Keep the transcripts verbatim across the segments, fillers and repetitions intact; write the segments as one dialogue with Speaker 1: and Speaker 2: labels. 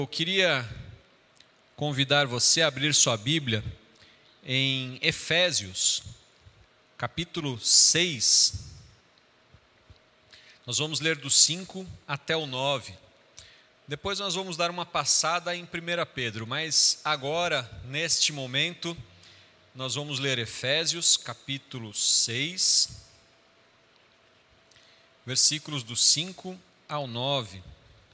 Speaker 1: Eu queria convidar você a abrir sua Bíblia em Efésios, capítulo seis. Nós vamos ler do cinco até o nove. Depois nós vamos dar uma passada em primeira Pedro, mas agora, neste momento, nós vamos ler Efésios, capítulo seis, versículos do cinco ao nove.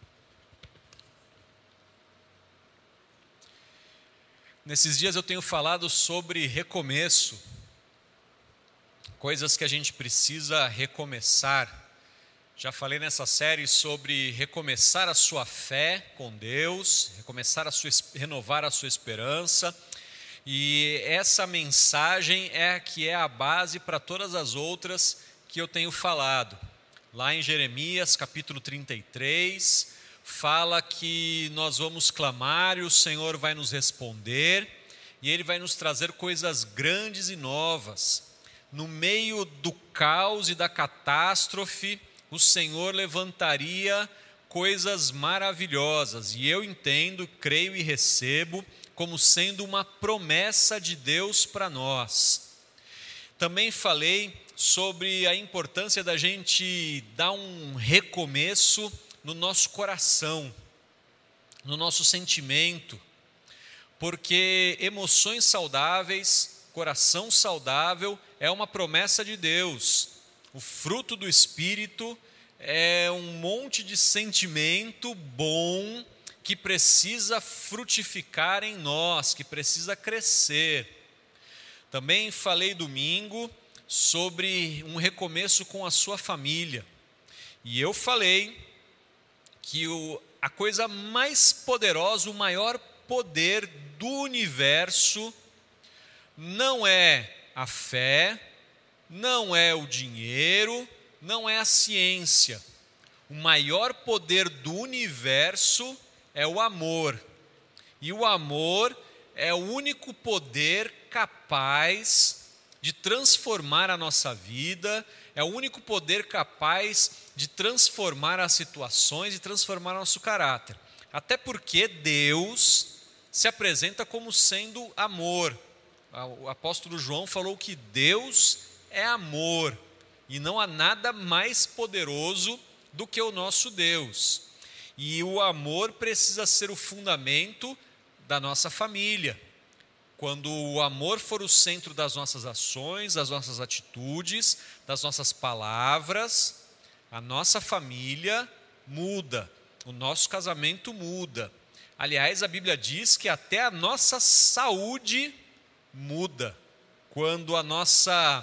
Speaker 1: Nesses dias eu tenho falado sobre recomeço, coisas que a gente precisa recomeçar. Já falei nessa série sobre recomeçar a sua fé com Deus, recomeçar a sua, renovar a sua esperança. E essa mensagem é a que é a base para todas as outras que eu tenho falado. Lá em Jeremias, capítulo trinta e três, fala que nós vamos clamar e o Senhor vai nos responder, e Ele vai nos trazer coisas grandes e novas. No meio do caos e da catástrofe, o Senhor levantaria coisas maravilhosas, e eu entendo, creio e recebo como sendo uma promessa de Deus para nós. Também falei sobre a importância da gente dar um recomeço no nosso coração, no nosso sentimento, porque emoções saudáveis, coração saudável é uma promessa de Deus. O fruto do Espírito é um monte de sentimento bom que precisa frutificar em nós, que precisa crescer. Também falei domingo sobre um recomeço com a sua família, e eu falei que o, a coisa mais poderosa, o maior poder do universo, não é a fé, não é o dinheiro, não é a ciência. O maior poder do universo é o amor. E o amor é o único poder capaz de transformar a nossa vida, é o único poder capaz de transformar as situações e transformar nosso caráter. Até porque Deus se apresenta como sendo amor. O apóstolo João falou que Deus é amor, e não há nada mais poderoso do que o nosso Deus. E o amor precisa ser o fundamento da nossa família. Quando o amor for o centro das nossas ações, das nossas atitudes, das nossas palavras, a nossa família muda, o nosso casamento muda. Aliás, a Bíblia diz que até a nossa saúde muda quando a nossa,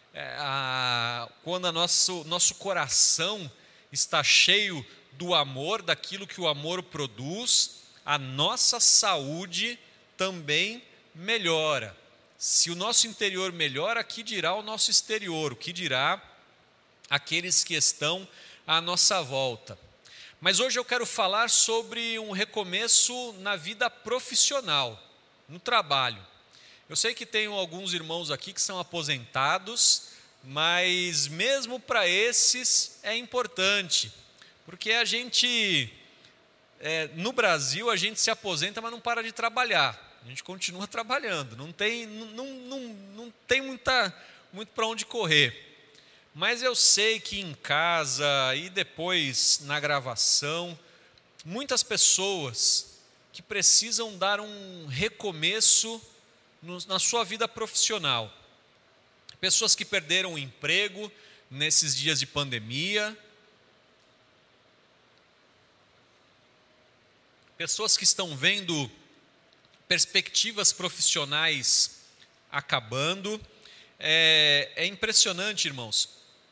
Speaker 1: a, quando a nosso, nosso coração está cheio do amor, daquilo que o amor produz, a nossa saúde também melhora. Se o nosso interior melhora, que dirá o nosso exterior, o que dirá aqueles que estão à nossa volta. Mas hoje eu quero falar sobre um recomeço na vida profissional, no trabalho. Eu sei que tenho alguns irmãos aqui que são aposentados, mas mesmo para esses é importante, porque a gente, é, no Brasil, a gente se aposenta, mas não para de trabalhar. A gente continua trabalhando, não tem, não, não, não tem muita, muito para onde correr. Mas eu sei que em casa e depois na gravação, muitas pessoas que precisam dar um recomeço no, na sua vida profissional. Pessoas que perderam o emprego nesses dias de pandemia. Pessoas que estão vendo perspectivas profissionais acabando. É, é impressionante, irmãos,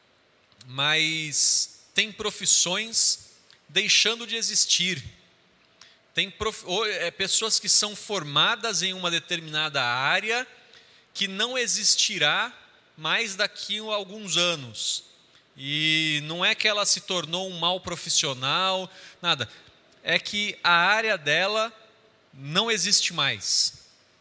Speaker 1: mas tem profissões deixando de existir. Tem prof, ou, é, pessoas que são formadas em uma determinada área que não existirá mais daqui a alguns anos. E não é que ela se tornou um mau profissional, nada. É que a área dela não existe mais.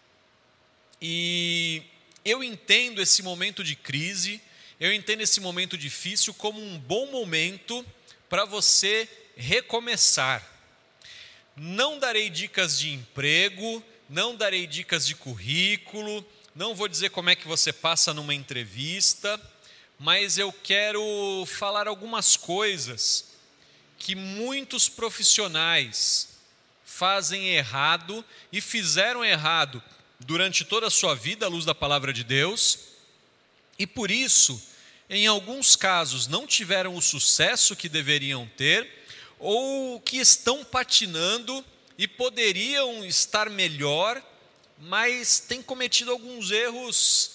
Speaker 1: E eu entendo esse momento de crise, eu entendo esse momento difícil como um bom momento para você recomeçar. Não darei dicas de emprego, não darei dicas de currículo, não vou dizer como é que você passa numa entrevista, mas eu quero falar algumas coisas que muitos profissionais fazem errado e fizeram errado durante toda a sua vida à luz da palavra de Deus, e por isso, em alguns casos, não tiveram o sucesso que deveriam ter, ou que estão patinando e poderiam estar melhor, mas têm cometido alguns erros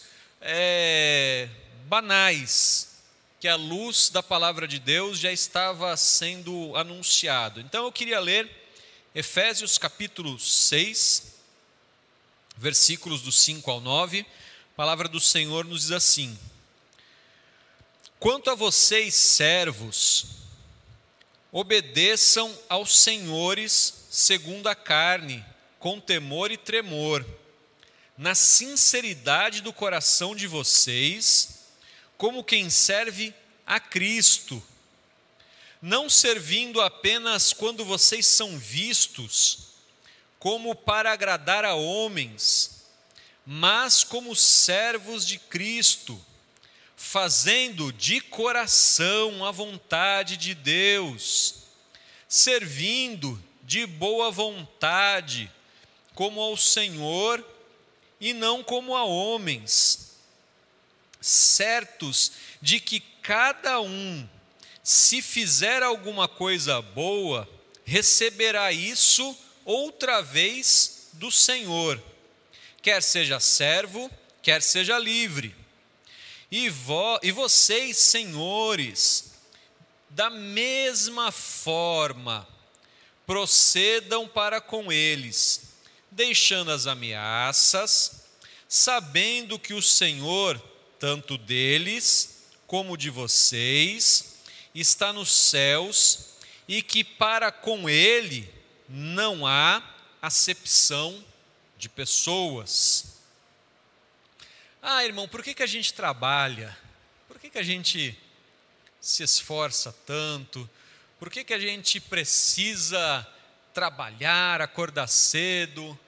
Speaker 1: é, banais, que à luz da palavra de Deus já estava sendo anunciado. Então eu queria ler Efésios capítulo seis, versículos do cinco ao nove, a palavra do Senhor nos diz assim: quanto a vocês, servos, obedeçam aos senhores segundo a carne, com temor e tremor, na sinceridade do coração de vocês, como quem serve a Cristo, não servindo apenas quando vocês são vistos, como para agradar a homens, mas como servos de Cristo, fazendo de coração a vontade de Deus, servindo de boa vontade, como ao Senhor e não como a homens, certos de que cada um, se fizer alguma coisa boa, receberá isso outra vez do Senhor, quer seja servo, quer seja livre. E, vo, e vocês, senhores, da mesma forma, procedam para com eles, deixando as ameaças, sabendo que o Senhor, tanto deles como de vocês, está nos céus e que para com ele não há acepção de pessoas. Ah, irmão, por que, que a gente trabalha? Por que, que a gente se esforça tanto? Por que, que a gente precisa trabalhar, acordar cedo?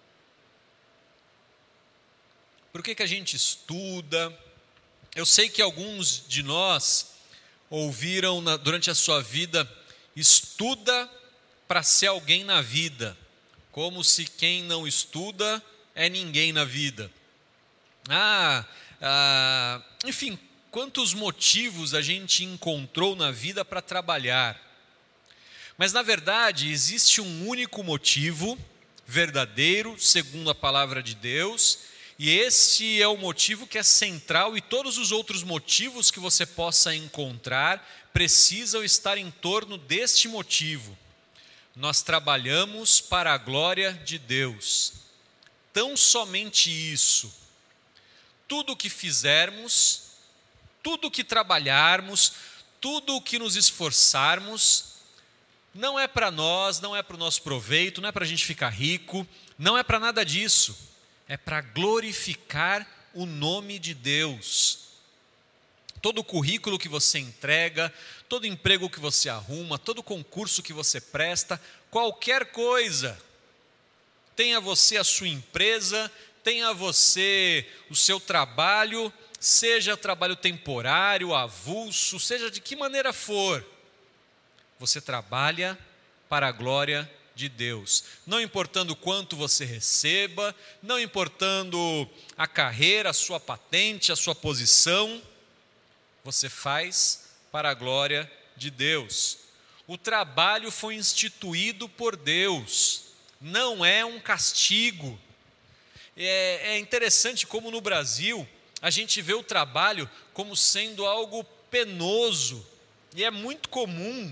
Speaker 1: Por que, que a gente estuda? Eu sei que alguns de nós ouviram na, durante a sua vida, estuda para ser alguém na vida, como se quem não estuda é ninguém na vida. Ah, ah, enfim, quantos motivos a gente encontrou na vida para trabalhar. Mas, na verdade, existe um único motivo verdadeiro, segundo a palavra de Deus, e esse é o motivo que é central, e todos os outros motivos que você possa encontrar precisam estar em torno deste motivo. Nós trabalhamos para a glória de Deus. Tão somente isso. Tudo o que fizermos, tudo o que trabalharmos, tudo o que nos esforçarmos, não é para nós, não é para o nosso proveito, não é para a gente ficar rico, não é para nada disso. É para glorificar o nome de Deus. Todo currículo que você entrega, todo emprego que você arruma, todo concurso que você presta, qualquer coisa, tenha você a sua empresa, tenha você o seu trabalho, seja trabalho temporário, avulso, seja de que maneira for, você trabalha para a glória de Deus, não importando quanto você receba, não importando a carreira, a sua patente, a sua posição, você faz para a glória de Deus. O trabalho foi instituído por Deus, não é um castigo. É, é interessante como no Brasil a gente vê o trabalho como sendo algo penoso, e é muito comum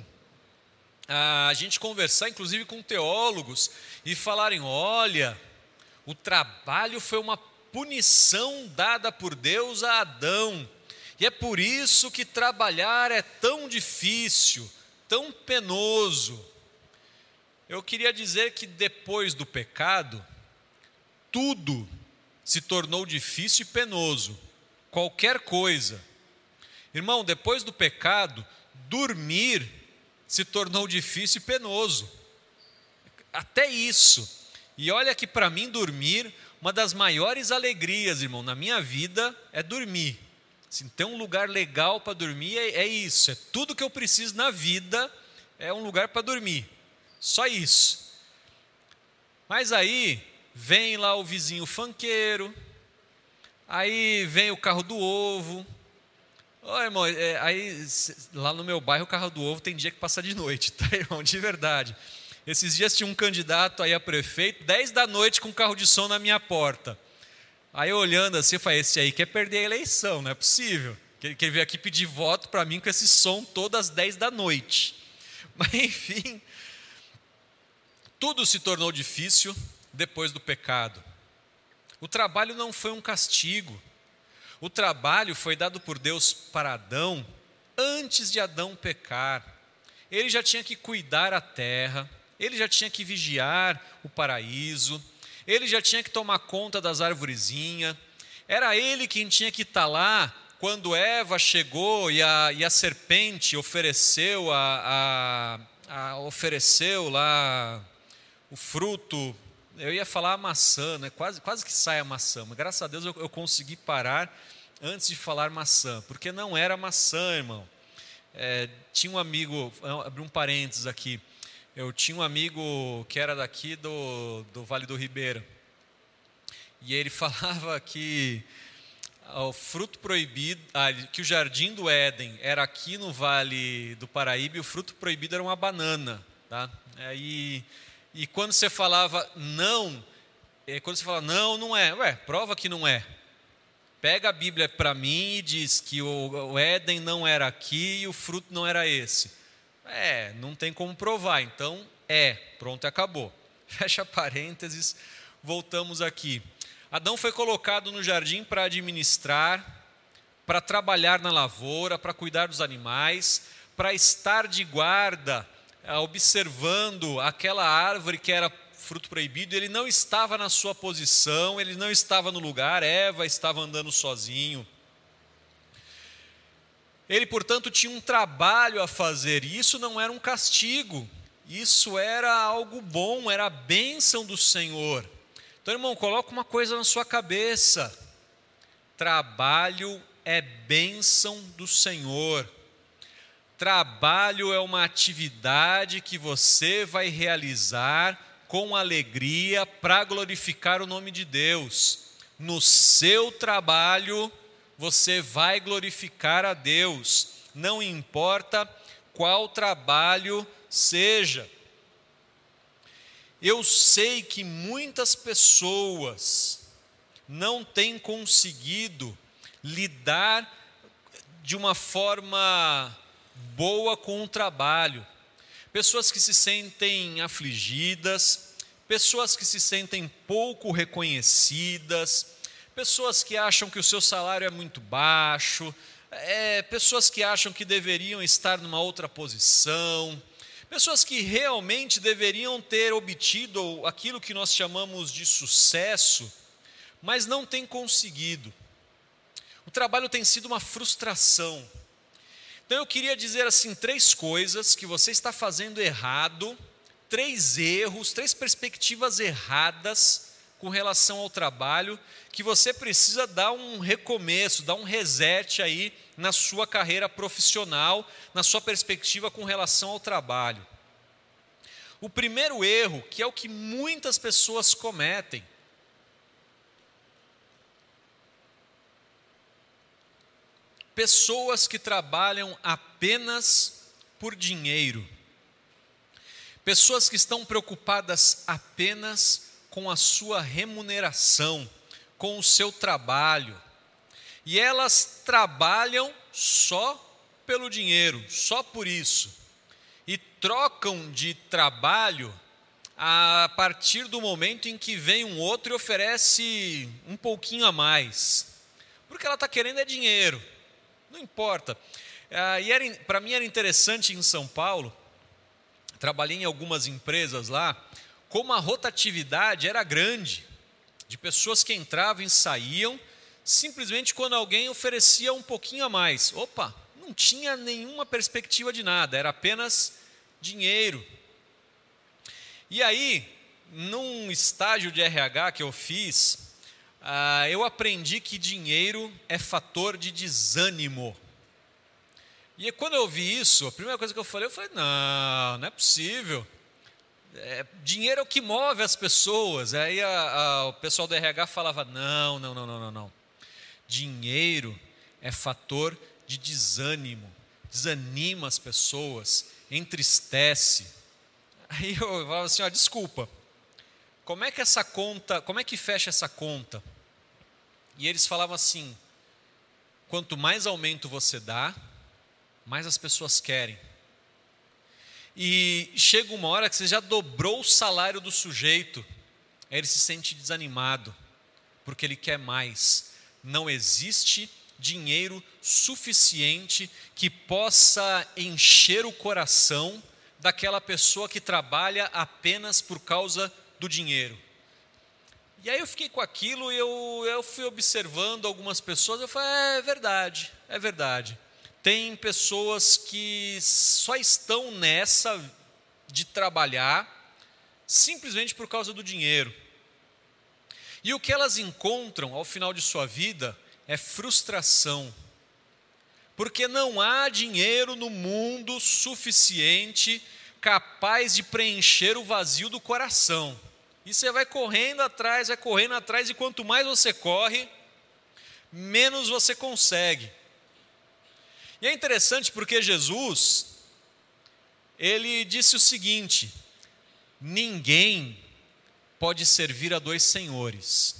Speaker 1: a gente conversar, inclusive com teólogos, e falarem: olha, o trabalho foi uma punição dada por Deus a Adão, e é por isso que trabalhar é tão difícil, tão penoso. Eu queria dizer que depois do pecado, tudo se tornou difícil e penoso, qualquer coisa. Irmão, depois do pecado, dormir se tornou difícil e penoso. até isso. E olha que para mim dormir, uma das maiores alegrias, irmão, na minha vida é dormir. Se tem um lugar legal para dormir, é, é isso. É tudo que eu preciso na vida, é um lugar para dormir. Só isso. Mas aí vem lá o vizinho funkeiro, aí vem o carro do ovo. Ô, irmão, é, aí lá no meu bairro o carro do ovo tem dia que passa de noite, tá, irmão? De verdade. Esses dias tinha um candidato aí a prefeito, dez da noite com carro de som na minha porta. Aí olhando assim, eu falei, esse aí quer perder a eleição, não é possível. Que ele veio aqui pedir voto para mim com esse som todo às dez da noite. Mas enfim, tudo se tornou difícil depois do pecado. O trabalho não foi um castigo. O trabalho foi dado por Deus para Adão antes de Adão pecar. Ele já tinha que cuidar a terra, ele já tinha que vigiar o paraíso, ele já tinha que tomar conta das arvorezinhas. Era ele quem tinha que estar lá quando Eva chegou e a, e a serpente ofereceu, a, a, a ofereceu lá o fruto. Eu ia falar a maçã, né? quase, quase que sai a maçã, mas graças a Deus eu, eu consegui parar antes de falar maçã, porque não era maçã, irmão. É, tinha um amigo, abri um parênteses aqui, eu tinha um amigo que era daqui do, do Vale do Ribeira, e ele falava que o fruto proibido, ah, que o Jardim do Éden era aqui no Vale do Paraíba e o fruto proibido era uma banana, tá? Aí, e quando você falava não, quando você fala não, não é, ué, prova que não é. Pega a Bíblia para mim e diz que o, o Éden não era aqui e o fruto não era esse. É, não tem como provar, então é, pronto, acabou. Fecha parênteses, voltamos aqui. Adão foi colocado no jardim para administrar, para trabalhar na lavoura, para cuidar dos animais, para estar de guarda, observando aquela árvore que era fruto proibido. Ele não estava na sua posição, ele não estava no lugar, Eva estava andando sozinho. Ele, portanto, tinha um trabalho a fazer, e isso não era um castigo, isso era algo bom, era a bênção do Senhor. Então, irmão, coloca uma coisa na sua cabeça: trabalho é bênção do Senhor. Trabalho é uma atividade que você vai realizar com alegria para glorificar o nome de Deus. No seu trabalho, você vai glorificar a Deus, não importa qual trabalho seja. Eu sei que muitas pessoas não têm conseguido lidar de uma forma boa com o trabalho. Pessoas que se sentem afligidas, pessoas que se sentem pouco reconhecidas, pessoas que acham que o seu salário é muito baixo, é, pessoas que acham que deveriam estar numa outra posição, pessoas que realmente deveriam ter obtido aquilo que nós chamamos de sucesso, mas não têm conseguido. O trabalho tem sido uma frustração. Então eu queria dizer assim, três coisas que você está fazendo errado, três erros, três perspectivas erradas com relação ao trabalho, que você precisa dar um recomeço, dar um reset aí na sua carreira profissional, na sua perspectiva com relação ao trabalho. O primeiro erro, que é o que muitas pessoas cometem, pessoas que trabalham apenas por dinheiro, pessoas que estão preocupadas apenas com a sua remuneração, com o seu trabalho, e elas trabalham só pelo dinheiro, só por isso, e trocam de trabalho a partir do momento em que vem um outro e oferece um pouquinho a mais, porque ela está querendo é dinheiro, não importa. Ah, e para mim era interessante em São Paulo, trabalhei em algumas empresas lá, como a rotatividade era grande, de pessoas que entravam e saíam, simplesmente quando alguém oferecia um pouquinho a mais. Opa, não tinha nenhuma perspectiva de nada, era apenas dinheiro. E aí, num estágio de R H que eu fiz, ah, eu aprendi que dinheiro é fator de desânimo. E quando eu ouvi isso, a primeira coisa que eu falei, eu falei, não, não é possível. É, dinheiro é o que move as pessoas. Aí a, a, o pessoal do R H falava, não, não, não, não, não, não. Dinheiro é fator de desânimo, desanima as pessoas, entristece. Aí eu falava assim, ó, desculpa, como é que essa conta, como é que fecha essa conta? E eles falavam assim, quanto mais aumento você dá, mais as pessoas querem. E chega uma hora que você já dobrou o salário do sujeito, aí ele se sente desanimado, porque ele quer mais. Não existe dinheiro suficiente que possa encher o coração daquela pessoa que trabalha apenas por causa do dinheiro. E aí eu fiquei com aquilo e eu, eu fui observando algumas pessoas, eu falei, é verdade, é verdade. Tem pessoas que só estão nessa de trabalhar simplesmente por causa do dinheiro. E o que elas encontram ao final de sua vida é frustração. Porque não há dinheiro no mundo suficiente capaz de preencher o vazio do coração. E você vai correndo atrás, vai correndo atrás, e quanto mais você corre, menos você consegue. E é interessante porque Jesus, ele disse o seguinte, ninguém pode servir a dois senhores.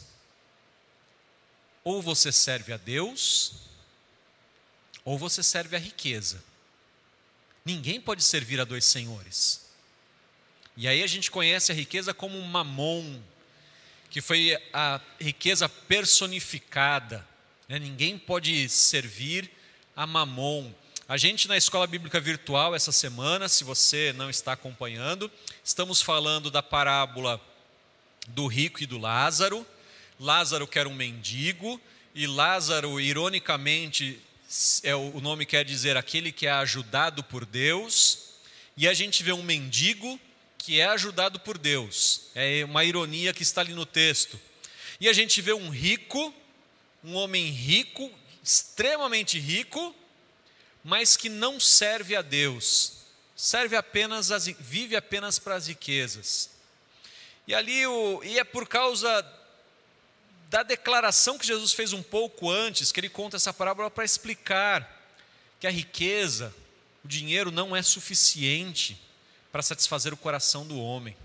Speaker 1: Ou você serve a Deus, ou você serve a riqueza. Ninguém pode servir a dois senhores. E aí a gente conhece a riqueza como Mamon, que foi a riqueza personificada. Né? Ninguém pode servir a Mamon. A gente na Escola Bíblica Virtual essa semana, se você não está acompanhando, estamos falando da parábola do rico e do Lázaro. Lázaro que era um mendigo, e Lázaro, ironicamente, é, o nome quer dizer aquele que é ajudado por Deus, e a gente vê um mendigo que é ajudado por Deus. É uma ironia que está ali no texto. E a gente vê um rico, um homem rico, extremamente rico, mas que não serve a Deus, serve apenas as, vive apenas para as riquezas. E ali, o, e é por causa da declaração que Jesus fez um pouco antes, que ele conta essa parábola para explicar que a riqueza, o dinheiro não é suficiente para satisfazer o coração do homem.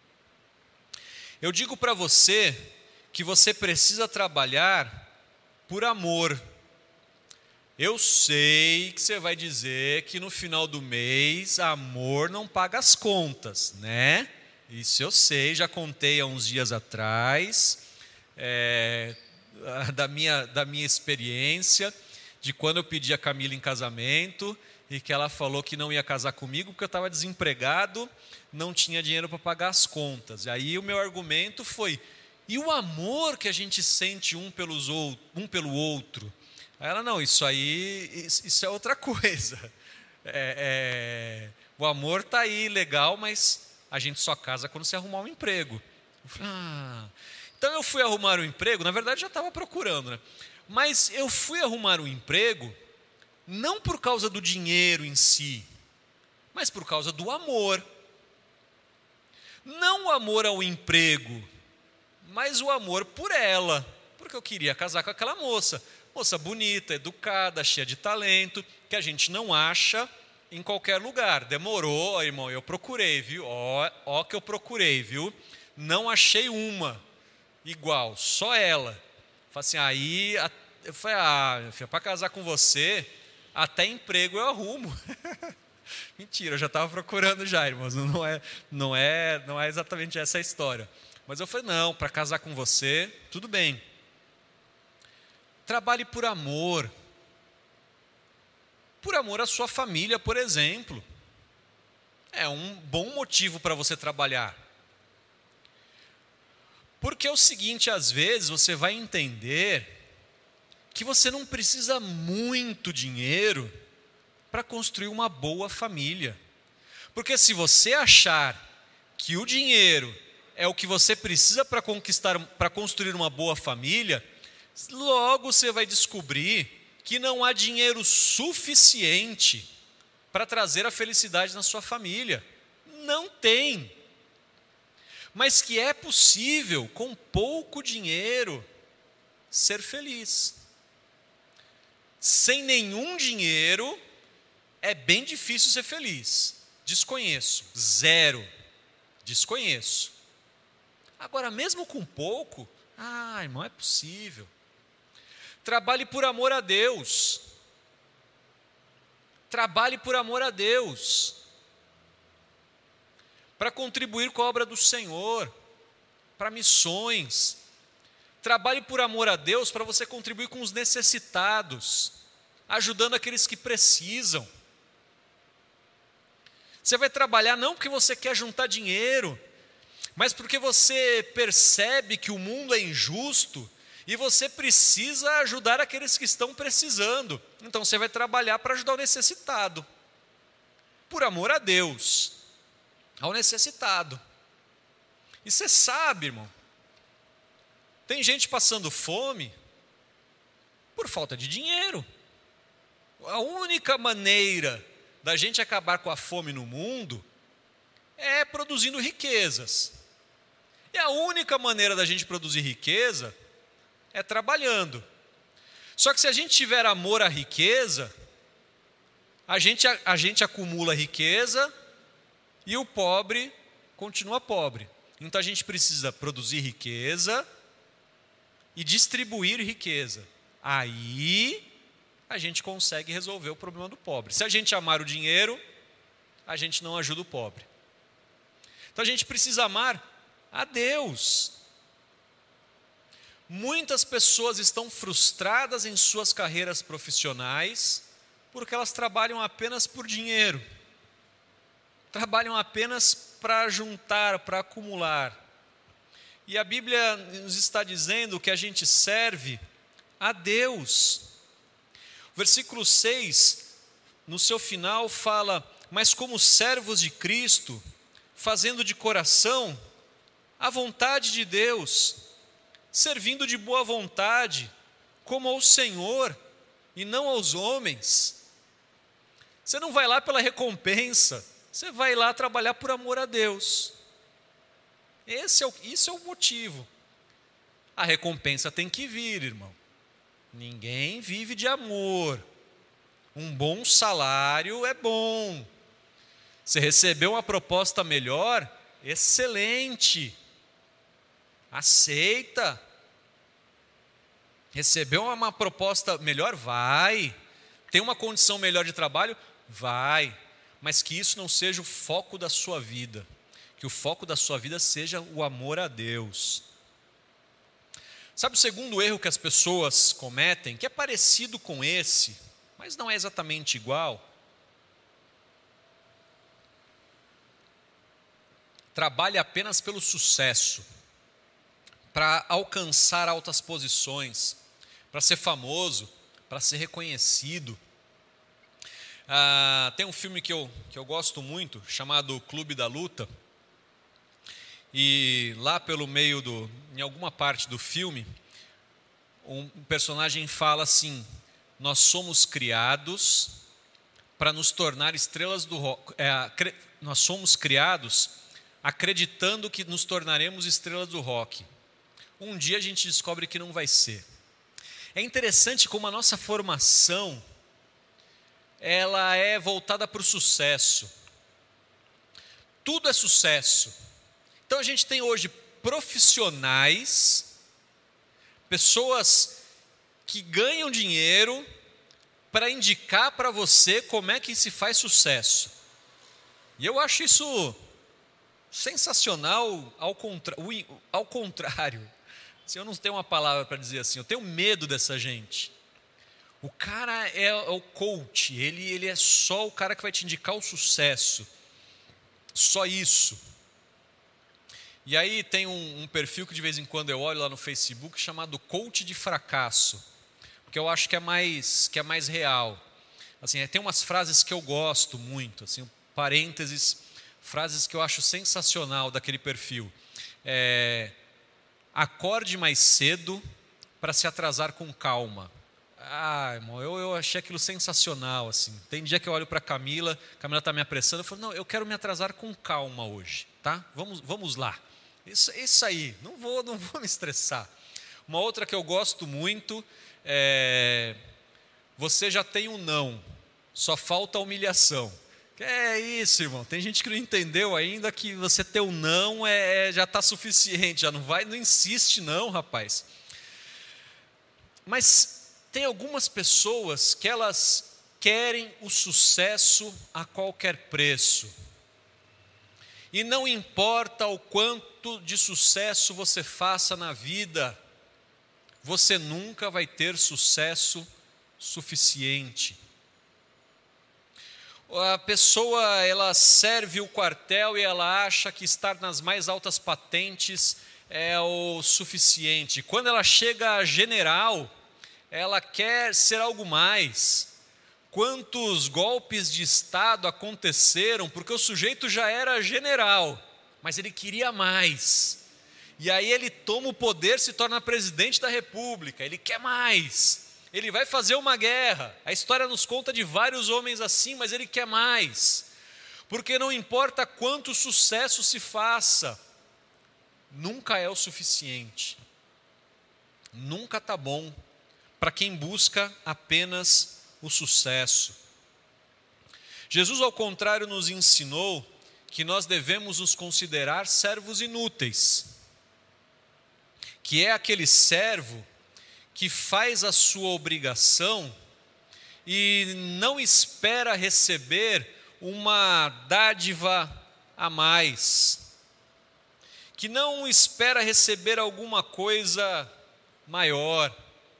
Speaker 1: Eu digo para você que você precisa trabalhar por amor. Eu sei que você vai dizer que no final do mês, amor não paga as contas, né? Isso eu sei, já contei há uns dias atrás, é, da, minha, da minha experiência, de quando eu pedi a Camila em casamento, e que ela falou que não ia casar comigo porque eu estava desempregado, não tinha dinheiro para pagar as contas. E aí o meu argumento foi, e o amor que a gente sente um, pelos ou, um pelo outro? Aí ela, não, isso aí, isso, isso é outra coisa. É, é, o amor está aí, legal, mas a gente só casa quando você arrumar um emprego. Eu falei, ah. Então eu fui arrumar um emprego, na verdade já estava procurando, né? Mas eu fui arrumar um emprego, não por causa do dinheiro em si, mas por causa do amor. Não o amor ao emprego, mas o amor por ela, porque eu queria casar com aquela moça. Moça bonita, educada, cheia de talento, que a gente não acha em qualquer lugar. Demorou, irmão, eu procurei, viu? Ó, ó que eu procurei, viu? Não achei uma igual, só ela. Falei assim, aí, eu falei, ah, para casar com você, até emprego eu arrumo. Mentira, eu já estava procurando já, irmãos, não é, não, é, não é exatamente essa a história. Mas eu falei, não, para casar com você, tudo bem. Trabalhe por amor. Por amor à sua família, por exemplo. É um bom motivo para você trabalhar. Porque é o seguinte, às vezes você vai entender que você não precisa muito dinheiro para construir uma boa família. Porque se você achar que o dinheiro é o que você precisa para conquistar, para construir uma boa família, logo você vai descobrir que não há dinheiro suficiente para trazer a felicidade na sua família. Não tem. Mas que é possível, com pouco dinheiro, ser feliz. Sem nenhum dinheiro, é bem difícil ser feliz. Desconheço. Zero. Desconheço. Agora, mesmo com pouco, ah, irmão, é possível. Trabalhe por amor a Deus. Trabalhe por amor a Deus. Para contribuir com a obra do Senhor, para missões. Trabalhe por amor a Deus para você contribuir com os necessitados, ajudando aqueles que precisam. Você vai trabalhar não porque você quer juntar dinheiro, mas porque você percebe que o mundo é injusto e você precisa ajudar aqueles que estão precisando. Então você vai trabalhar para ajudar o necessitado, por amor a Deus, ao necessitado. E você sabe, irmão, tem gente passando fome por falta de dinheiro. A única maneira da gente acabar com a fome no mundo é produzindo riquezas. E a única maneira da gente produzir riqueza é trabalhando. Só que se a gente tiver amor à riqueza, a gente, a, a gente acumula riqueza e o pobre continua pobre. Então a gente precisa produzir riqueza e distribuir riqueza. Aí a gente consegue resolver o problema do pobre. Se a gente amar o dinheiro, a gente não ajuda o pobre. Então a gente precisa amar a Deus. Muitas pessoas estão frustradas em suas carreiras profissionais porque elas trabalham apenas por dinheiro. Trabalham apenas para juntar, para acumular. E a Bíblia nos está dizendo que a gente serve a Deus. O versículo seis, no seu final, fala: mas como servos de Cristo, fazendo de coração a vontade de Deus, servindo de boa vontade, como ao Senhor e não aos homens. Você não vai lá pela recompensa, você vai lá trabalhar por amor a Deus. Esse é o, isso é o motivo. A recompensa tem que vir, irmão. Ninguém vive de amor. Um bom salário é bom. Você recebeu uma proposta melhor? Excelente. Aceita. Recebeu uma proposta melhor? Vai. Tem uma condição melhor de trabalho? Vai. Mas que isso não seja o foco da sua vida. Que o foco da sua vida seja o amor a Deus. Sabe o segundo erro que as pessoas cometem, que é parecido com esse, mas não é exatamente igual? Trabalha apenas pelo sucesso, para alcançar altas posições, para ser famoso, para ser reconhecido. Ah, tem um filme que eu, que eu gosto muito, chamado Clube da Luta. E lá pelo meio do, em alguma parte do filme, um personagem fala assim: nós somos criados para nos tornar estrelas do rock. É, nós somos criados acreditando que nos tornaremos estrelas do rock. Um dia a gente descobre que não vai ser. É interessante como a nossa formação ela é voltada para o sucesso. Tudo é sucesso. Então a gente tem hoje profissionais, pessoas que ganham dinheiro para indicar para você como é que se faz sucesso. E eu acho isso sensacional, ao, contra, ao contrário. Eu não tenho uma palavra para dizer assim, eu tenho medo dessa gente. O cara é, é o coach, ele, ele é só o cara que vai te indicar o sucesso. Só isso. E aí tem um, um perfil que de vez em quando eu olho lá no Facebook chamado Coach de Fracasso, porque eu acho que é mais, que é mais real. Assim, tem umas frases que eu gosto muito, assim, parênteses, frases que eu acho sensacional daquele perfil. É, acorde mais cedo para se atrasar com calma. Ah, irmão, eu, eu achei aquilo sensacional, assim. Tem dia que eu olho para a Camila, a Camila está me apressando, eu falo, não, eu quero me atrasar com calma hoje, tá? Vamos, vamos lá. Isso, isso aí, não vou, não vou me estressar. Uma outra que eu gosto muito é, você já tem um não, só falta a humilhação. É isso, irmão, tem gente que não entendeu ainda que você ter um não é, já está suficiente, já não vai, não insiste não, rapaz. Mas tem algumas pessoas que elas querem o sucesso a qualquer preço. E não importa o quanto de sucesso você faça na vida, você nunca vai ter sucesso suficiente. A pessoa, ela serve o quartel e ela acha que estar nas mais altas patentes é o suficiente. Quando ela chega a general, ela quer ser algo mais. Quantos golpes de Estado aconteceram porque o sujeito já era general, mas ele queria mais. E aí ele toma o poder, se torna presidente da República, ele quer mais. Ele vai fazer uma guerra. A história nos conta de vários homens assim, mas ele quer mais. Porque não importa quanto sucesso se faça, nunca é o suficiente. Nunca está bom para quem busca apenas o sucesso. Jesus, ao contrário, nos ensinou que nós devemos nos considerar servos inúteis, que é aquele servo que faz a sua obrigação e não espera receber uma dádiva a mais, que não espera receber alguma coisa maior.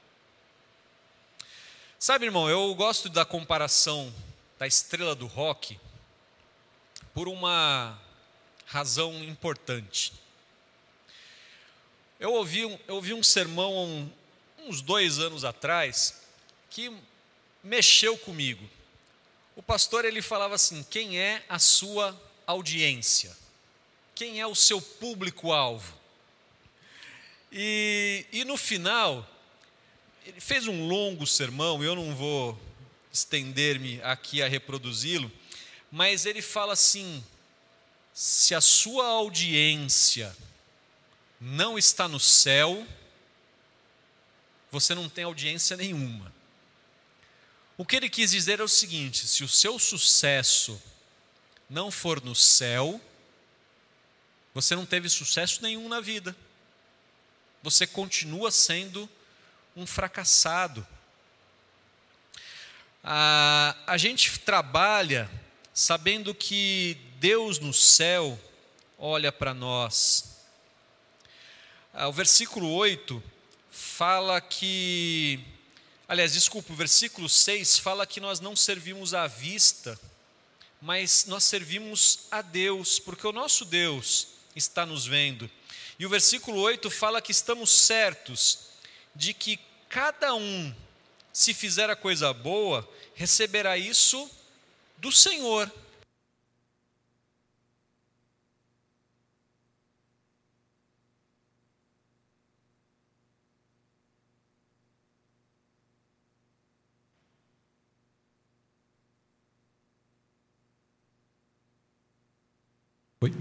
Speaker 1: Sabe, irmão, eu gosto da comparação da estrela do rock por uma razão importante. Eu ouvi um, eu ouvi um sermão um, uns dois anos atrás que mexeu comigo. O pastor, ele falava assim, quem é a sua audiência? Quem é o seu público-alvo? E, e no final, ele fez um longo sermão, eu não vou estender-me aqui a reproduzi-lo, mas ele fala assim, se a sua audiência não está no céu, você não tem audiência nenhuma. O que ele quis dizer é o seguinte, se o seu sucesso não for no céu, você não teve sucesso nenhum na vida. Você continua sendo um fracassado. A, a gente trabalha sabendo que Deus no céu olha para nós. Ah, o versículo oito fala que, aliás, desculpa, o versículo seis fala que nós não servimos à vista, mas nós servimos a Deus, porque o nosso Deus está nos vendo. E o versículo oito fala que estamos certos de que cada um, se fizer a coisa boa, receberá isso do Senhor. Oi?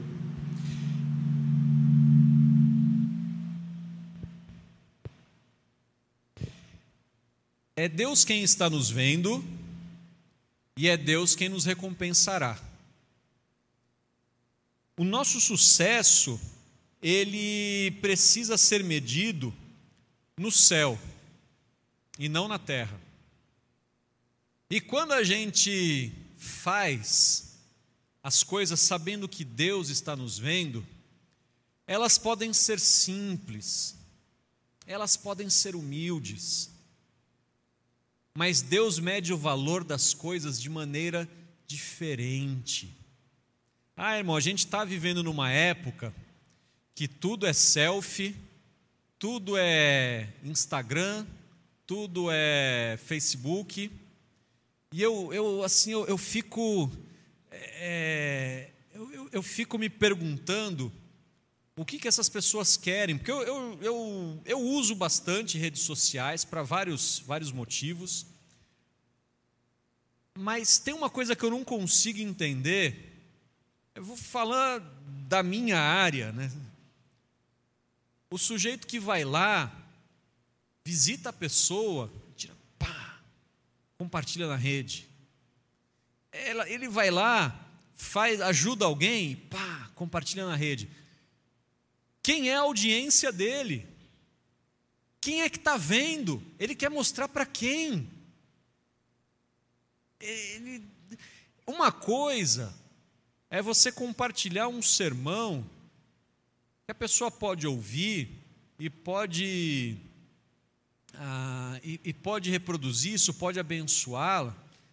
Speaker 1: É Deus quem está nos vendo e é Deus quem nos recompensará. O nosso sucesso, ele precisa ser medido no céu e não na terra. E quando a gente faz as coisas sabendo que Deus está nos vendo, elas podem ser simples, elas podem ser humildes, mas Deus mede o valor das coisas de maneira diferente. Ah, irmão, a gente está vivendo numa época que tudo é selfie, tudo é Instagram, tudo é Facebook, e eu, eu assim, eu, eu fico, é, eu, eu, eu, eu fico me perguntando o que, que essas pessoas querem, porque eu, eu, eu, eu uso bastante redes sociais para vários, vários motivos, mas tem uma coisa que eu não consigo entender. Eu vou falar da minha área, né? O sujeito que vai lá, visita a pessoa, tira, pá, compartilha na rede. Ela, ele vai lá, faz, ajuda alguém, pá, compartilha na rede. Quem é a audiência dele? Quem é que está vendo? Ele quer mostrar para quem? Ele, uma coisa é você compartilhar um sermão que a pessoa pode ouvir e pode, ah, e, e pode reproduzir isso, pode abençoá-la.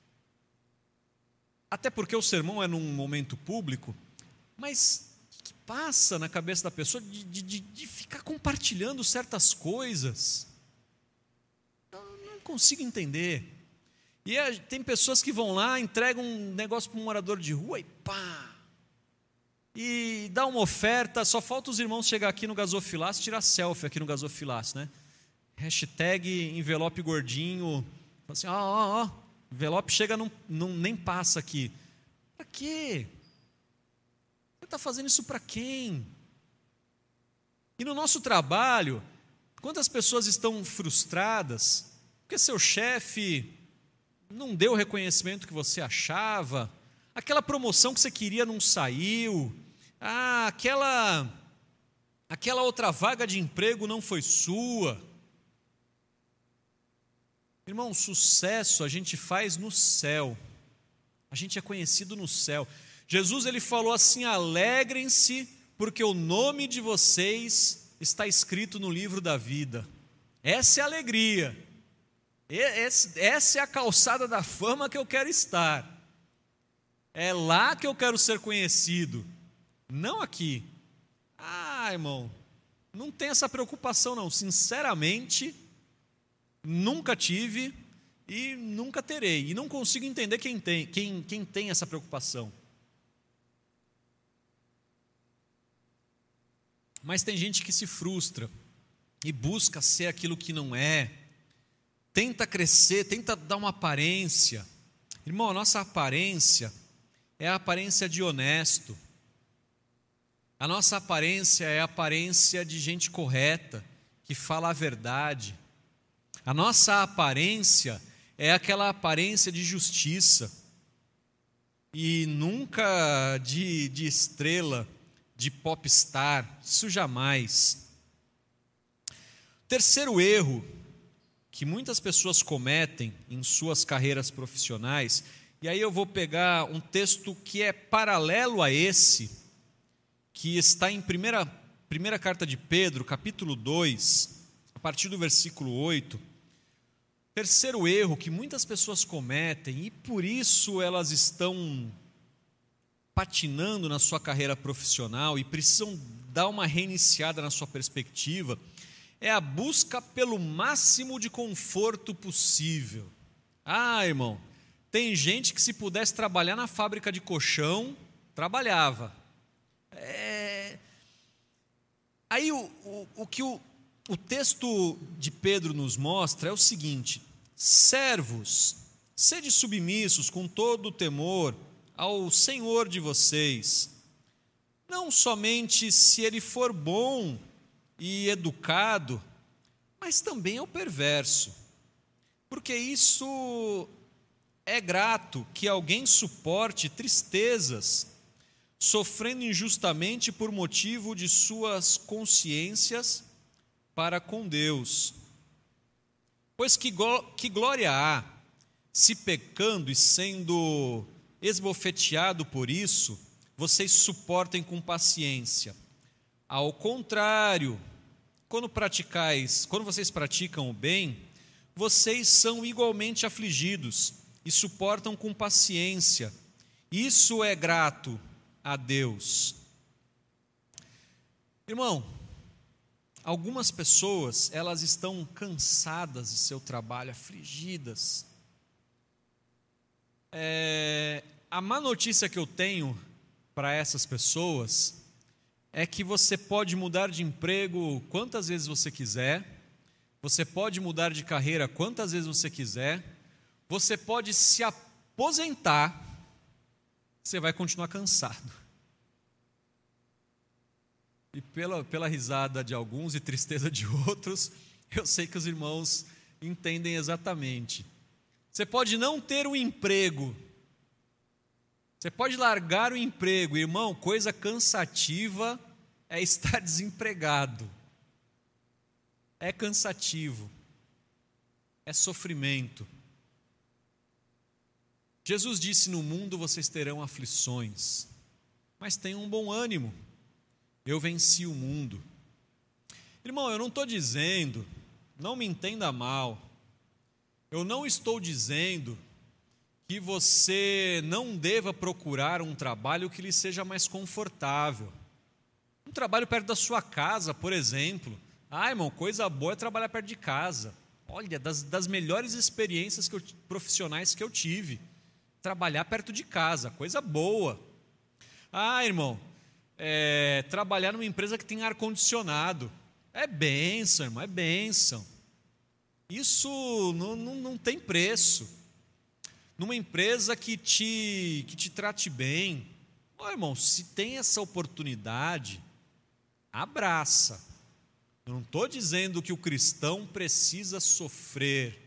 Speaker 1: Até porque o sermão é num momento público, mas o que passa na cabeça da pessoa de, de, de ficar compartilhando certas coisas? Eu não consigo entender. E é, tem pessoas que vão lá, entregam um negócio para um morador de rua e pá, e dá uma oferta, só falta os irmãos chegar aqui no gasofilácio, tirar selfie aqui no gasofilácio, né? Hashtag envelope gordinho, assim, ó, ó, ó, envelope chega, não, não, nem passa aqui. Para quê? Você está fazendo isso para quem? E no nosso trabalho, quantas pessoas estão frustradas porque seu chefe não deu o reconhecimento que você achava, aquela promoção que você queria não saiu, ah, aquela, aquela outra vaga de emprego não foi sua. Irmão, sucesso a gente faz no céu, a gente é conhecido no céu. Jesus ele falou assim: alegrem-se, porque o nome de vocês está escrito no livro da vida. Essa é a alegria. Essa é a calçada da fama que eu quero estar. É lá que eu quero ser conhecido, não aqui. Ah, irmão, não tem essa preocupação não. Sinceramente, nunca tive e nunca terei. E não consigo entender quem tem, quem, quem tem essa preocupação. Mas tem gente que se frustra e busca ser aquilo que não é. Tenta crescer, tenta dar uma aparência. Irmão, a nossa aparência é a aparência de honesto. A nossa aparência é a aparência de gente correta, que fala a verdade. A nossa aparência é aquela aparência de justiça. E nunca de, de estrela, de popstar, isso jamais. Terceiro erro que muitas pessoas cometem em suas carreiras profissionais, e aí eu vou pegar um texto que é paralelo a esse, que está em primeira, primeira carta de Pedro, capítulo dois, a partir do versículo oito. Terceiro erro que muitas pessoas cometem, e por isso elas estão patinando na sua carreira profissional e precisam dar uma reiniciada na sua perspectiva, é a busca pelo máximo de conforto possível. Ah, irmão, tem gente que se pudesse trabalhar na fábrica de colchão, trabalhava. É... Aí o, o, o que o, o texto de Pedro nos mostra é o seguinte: servos, sede submissos com todo o temor ao Senhor de vocês, não somente se ele for bom e educado, mas também ao perverso, porque isso é grato que alguém suporte tristezas, sofrendo injustamente por motivo de suas consciências para com Deus. Pois que, que glória há, se pecando e sendo esbofeteado por isso, vocês suportem com paciência. Ao contrário, quando praticais, quando vocês praticam o bem, vocês são igualmente afligidos e suportam com paciência. Isso é grato a Deus. Irmão, algumas pessoas, elas estão cansadas de seu trabalho, afligidas. É, a má notícia que eu tenho para essas pessoas é que você pode mudar de emprego quantas vezes você quiser, você pode mudar de carreira quantas vezes você quiser, você pode se aposentar, você vai continuar cansado. E pela, pela risada de alguns e tristeza de outros, eu sei que os irmãos entendem exatamente. Você pode não ter um emprego, você pode largar o emprego, irmão, coisa cansativa é estar desempregado. É cansativo, é sofrimento. Jesus disse: no mundo vocês terão aflições, mas tenham um bom ânimo, eu venci o mundo. Irmão, eu não estou dizendo, não me entenda mal, eu não estou dizendo que você não deva procurar um trabalho que lhe seja mais confortável. Um trabalho perto da sua casa, por exemplo. Ah, irmão, coisa boa é trabalhar perto de casa. Olha, das, das melhores experiências que eu, profissionais que eu tive, trabalhar perto de casa, coisa boa. Ah, irmão, é, trabalhar numa empresa que tem ar-condicionado, é bênção, irmão, é bênção. Isso não, não, não tem preço. Numa empresa que te, que te trate bem, oh, irmão, se tem essa oportunidade, abraça. Eu não estou dizendo que o cristão precisa sofrer.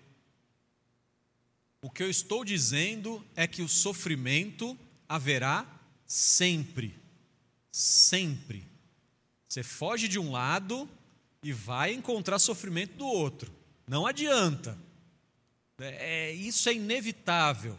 Speaker 1: O que eu estou dizendo é que o sofrimento haverá sempre. Sempre. Você foge de um lado e vai encontrar sofrimento do outro. Não adianta. É, isso é inevitável.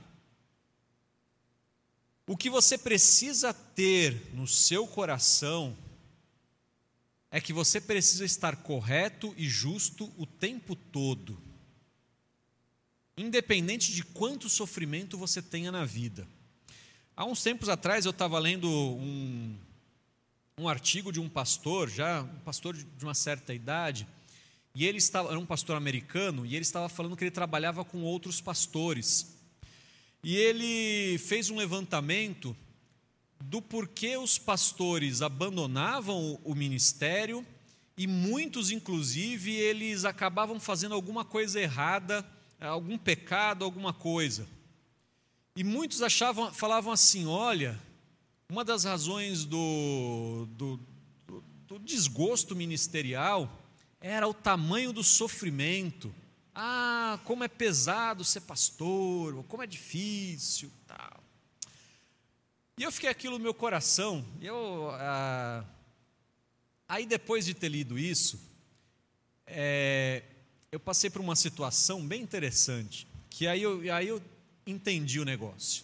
Speaker 1: O que você precisa ter no seu coração é que você precisa estar correto e justo o tempo todo, independente de quanto sofrimento você tenha na vida. Há uns tempos atrás eu estava lendo um, um artigo de um pastor, já um pastor de uma certa idade, e ele estava, era um pastor americano, e ele estava falando que ele trabalhava com outros pastores. E ele fez um levantamento do porquê os pastores abandonavam o ministério e muitos, inclusive, eles acabavam fazendo alguma coisa errada, algum pecado, alguma coisa. E muitos achavam, falavam assim: olha, uma das razões do, do, do, do desgosto ministerial era o tamanho do sofrimento. Ah, como é pesado ser pastor, como é difícil, tal. E eu fiquei aquilo no meu coração. Eu, ah, aí depois de ter lido isso, é, eu passei por uma situação bem interessante, que aí eu, aí eu entendi o negócio.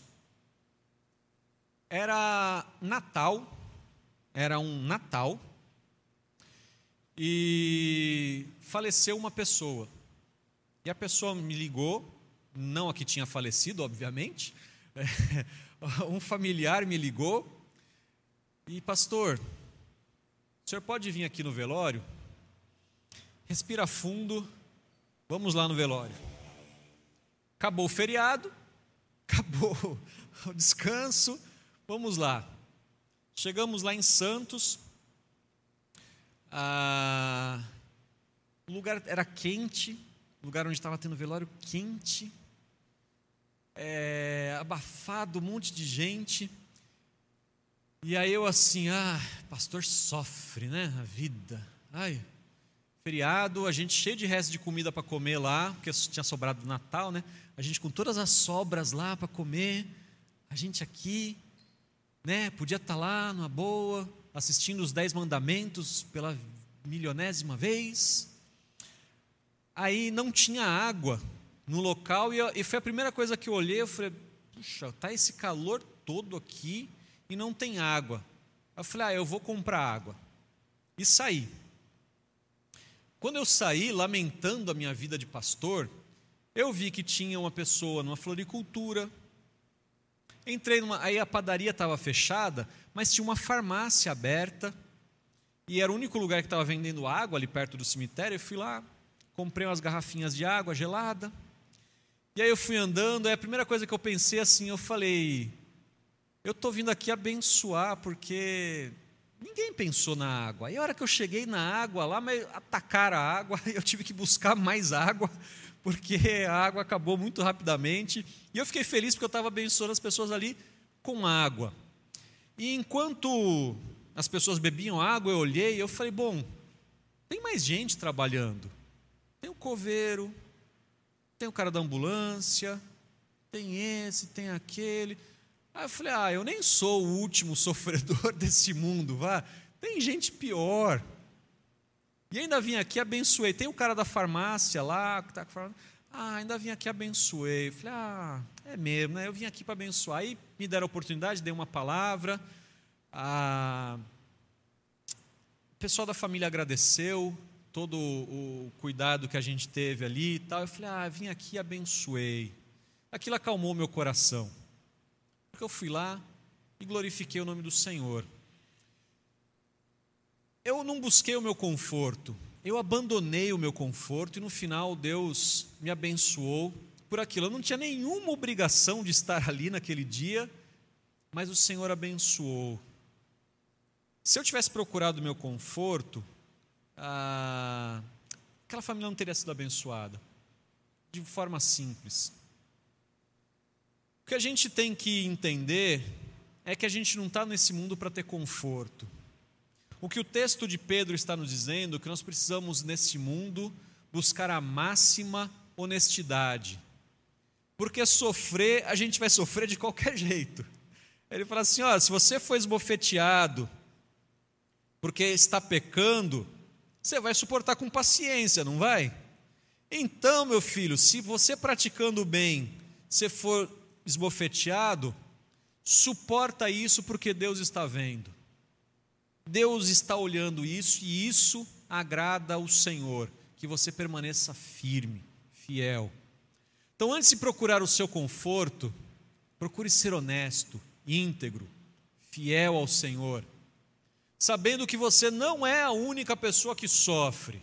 Speaker 1: Era Natal, era um Natal, e faleceu uma pessoa. E a pessoa me ligou, não a que tinha falecido, obviamente, um familiar me ligou, e pastor, o senhor pode vir aqui no velório? Respira fundo, vamos lá no velório. Acabou o feriado, acabou o descanso, vamos lá. Chegamos lá em Santos, ah, o lugar era quente, o lugar onde estava tendo velório quente, é, abafado, um monte de gente. E aí eu assim, ah, pastor sofre, né, a vida. Ai, feriado, a gente cheio de resto de comida para comer lá, porque tinha sobrado do Natal, né? A gente com todas as sobras lá para comer, a gente aqui, né? Podia estar lá numa boa, assistindo os Dez Mandamentos pela milionésima vez. Aí não tinha água no local, e, eu, e foi a primeira coisa que eu olhei, eu falei, puxa, tá esse calor todo aqui e não tem água. Eu falei, ah, eu vou comprar água. E saí. Quando eu saí, lamentando a minha vida de pastor, eu vi que tinha uma pessoa numa floricultura. Entrei numa, aí a padaria estava fechada, mas tinha uma farmácia aberta, e era o único lugar que estava vendendo água ali perto do cemitério. Eu fui lá, comprei umas garrafinhas de água gelada, e aí eu fui andando, aí a primeira coisa que eu pensei assim, eu falei, eu estou vindo aqui abençoar, porque ninguém pensou na água. Aí a hora que eu cheguei na água lá, mas atacaram a água, eu tive que buscar mais água, porque a água acabou muito rapidamente. E eu fiquei feliz porque eu estava abençoando as pessoas ali com água. E enquanto as pessoas bebiam água, eu olhei e eu falei, bom, tem mais gente trabalhando. Tem o coveiro, tem o cara da ambulância, tem esse, tem aquele. Aí eu falei, ah, eu nem sou o último sofredor desse mundo, vá. Tem gente pior. E ainda vim aqui, abençoei. Tem o cara da farmácia lá, que está falando, ah, ainda vim aqui, abençoei. Eu falei, ah, é mesmo, né? Eu vim aqui para abençoar. Aí me deram a oportunidade, dei uma palavra. Ah, o pessoal da família agradeceu todo o cuidado que a gente teve ali e tal. Eu falei, ah, vim aqui e abençoei. Aquilo acalmou meu coração. Porque eu fui lá e glorifiquei o nome do Senhor. Eu não busquei o meu conforto, eu abandonei o meu conforto e no final Deus me abençoou por aquilo. Eu não tinha nenhuma obrigação de estar ali naquele dia, mas o Senhor abençoou. Se eu tivesse procurado o meu conforto, ah, aquela família não teria sido abençoada, de forma simples. O que a gente tem que entender é que a gente não está nesse mundo para ter conforto. O que o texto de Pedro está nos dizendo é que nós precisamos, nesse mundo, buscar a máxima honestidade. Porque sofrer, a gente vai sofrer de qualquer jeito. Ele fala assim, ó, se você for esbofeteado porque está pecando, você vai suportar com paciência, não vai? Então, meu filho, se você praticando o bem, você for esbofeteado, suporta isso porque Deus está vendo. Deus está olhando isso e isso agrada ao Senhor, que você permaneça firme, fiel. Então, antes de procurar o seu conforto, procure ser honesto, íntegro, fiel ao Senhor, sabendo que você não é a única pessoa que sofre.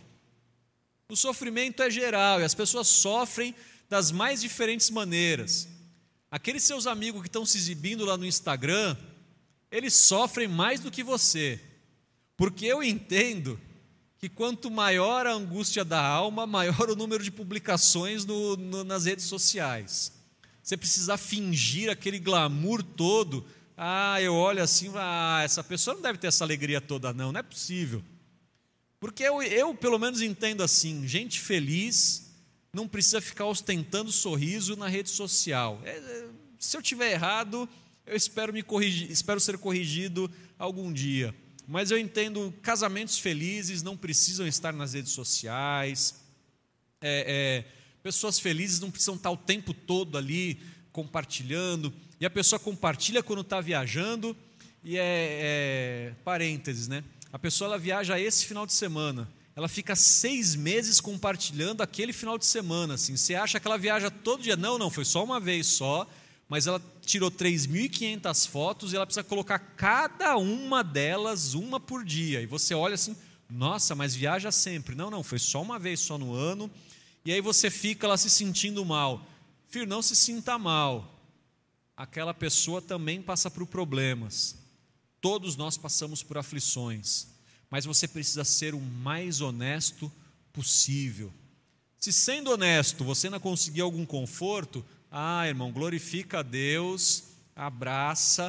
Speaker 1: O sofrimento é geral e as pessoas sofrem das mais diferentes maneiras. Aqueles seus amigos que estão se exibindo lá no Instagram, eles sofrem mais do que você, porque eu entendo que quanto maior a angústia da alma, maior o número de publicações no, no, nas redes sociais. Você precisa fingir aquele glamour todo. Ah, eu olho assim, ah, essa pessoa não deve ter essa alegria toda não, não é possível. Porque eu, eu pelo menos entendo assim, gente feliz não precisa ficar ostentando sorriso na rede social. É, é, se eu tiver errado, eu espero, me corrigir, espero ser corrigido algum dia. Mas eu entendo, casamentos felizes não precisam estar nas redes sociais, é, é, pessoas felizes não precisam estar o tempo todo ali compartilhando, e a pessoa compartilha quando está viajando, e é, é parênteses, né? A pessoa ela viaja esse final de semana, ela fica seis meses compartilhando aquele final de semana, assim, você acha que ela viaja todo dia? Não, não, foi só uma vez só, mas ela tirou três mil e quinhentas fotos e ela precisa colocar cada uma delas, uma por dia. E você olha assim, nossa, mas viaja sempre. Não, não, foi só uma vez, só no ano. E aí você fica lá se sentindo mal. Filho, não se sinta mal. Aquela pessoa também passa por problemas. Todos nós passamos por aflições. Mas você precisa ser o mais honesto possível. Se sendo honesto você não conseguir algum conforto, ah, irmão, glorifica a Deus, abraça,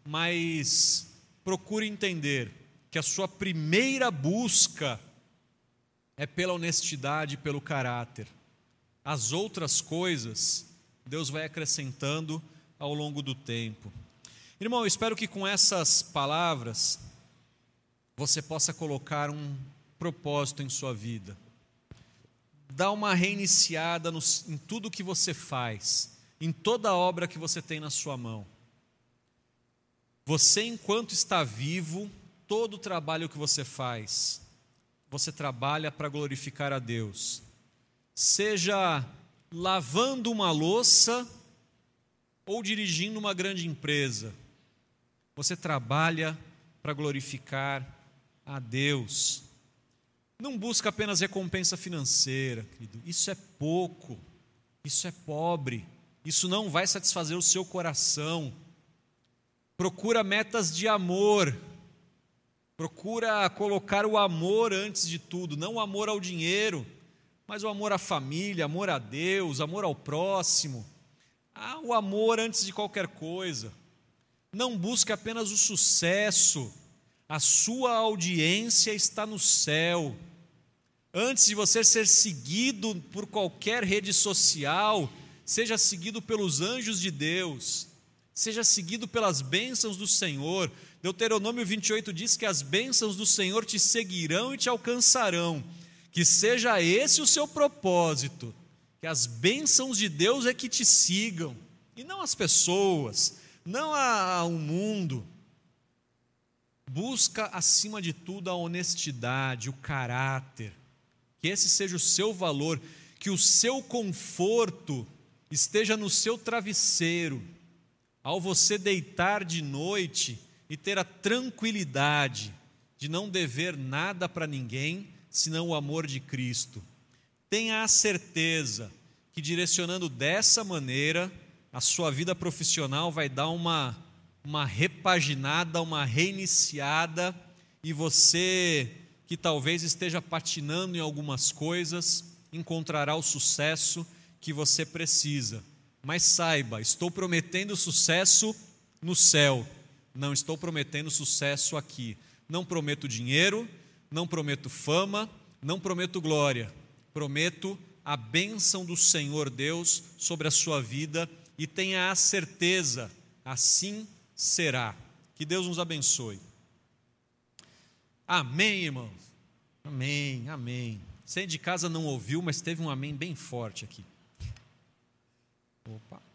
Speaker 1: mas procure entender que a sua primeira busca é pela honestidade e pelo caráter. As outras coisas, Deus vai acrescentando ao longo do tempo. Irmão, eu espero que com essas palavras você possa colocar um propósito em sua vida. Dá uma reiniciada no, em tudo que você faz, em toda a obra que você tem na sua mão. Você, enquanto está vivo, todo o trabalho que você faz, você trabalha para glorificar a Deus. Seja lavando uma louça ou dirigindo uma grande empresa, você trabalha para glorificar a Deus. Não busca apenas recompensa financeira, querido. Isso é pouco, isso é pobre, isso não vai satisfazer o seu coração. procura metas de amor, procura colocar o amor antes de tudo, não o amor ao dinheiro, mas o amor à família, amor a Deus, amor ao próximo, ah, o amor antes de qualquer coisa. Não busque apenas o sucesso, a sua audiência está no céu. Antes de você ser seguido por qualquer rede social, seja seguido pelos anjos de Deus, seja seguido pelas bênçãos do Senhor. Deuteronômio vinte e oito diz que as bênçãos do Senhor te seguirão e te alcançarão. Que seja esse o seu propósito, que as bênçãos de Deus é que te sigam, e não as pessoas, não a, a, o mundo. Busca acima de tudo a honestidade, o caráter, que esse seja o seu valor, que o seu conforto esteja no seu travesseiro, ao você deitar de noite e ter a tranquilidade de não dever nada para ninguém, senão o amor de Cristo. Tenha a certeza que direcionando dessa maneira, a sua vida profissional vai dar uma, uma repaginada, uma reiniciada, e você, que talvez esteja patinando em algumas coisas, encontrará o sucesso que você precisa. Mas saiba, estou prometendo sucesso no céu, não estou prometendo sucesso aqui. Não prometo dinheiro, não prometo fama, não prometo glória, prometo a bênção do Senhor Deus sobre a sua vida, e tenha a certeza, assim será. Que Deus nos abençoe. Amém, irmãos? Amém, amém. Você de casa não ouviu, mas teve um amém bem forte aqui. Opa.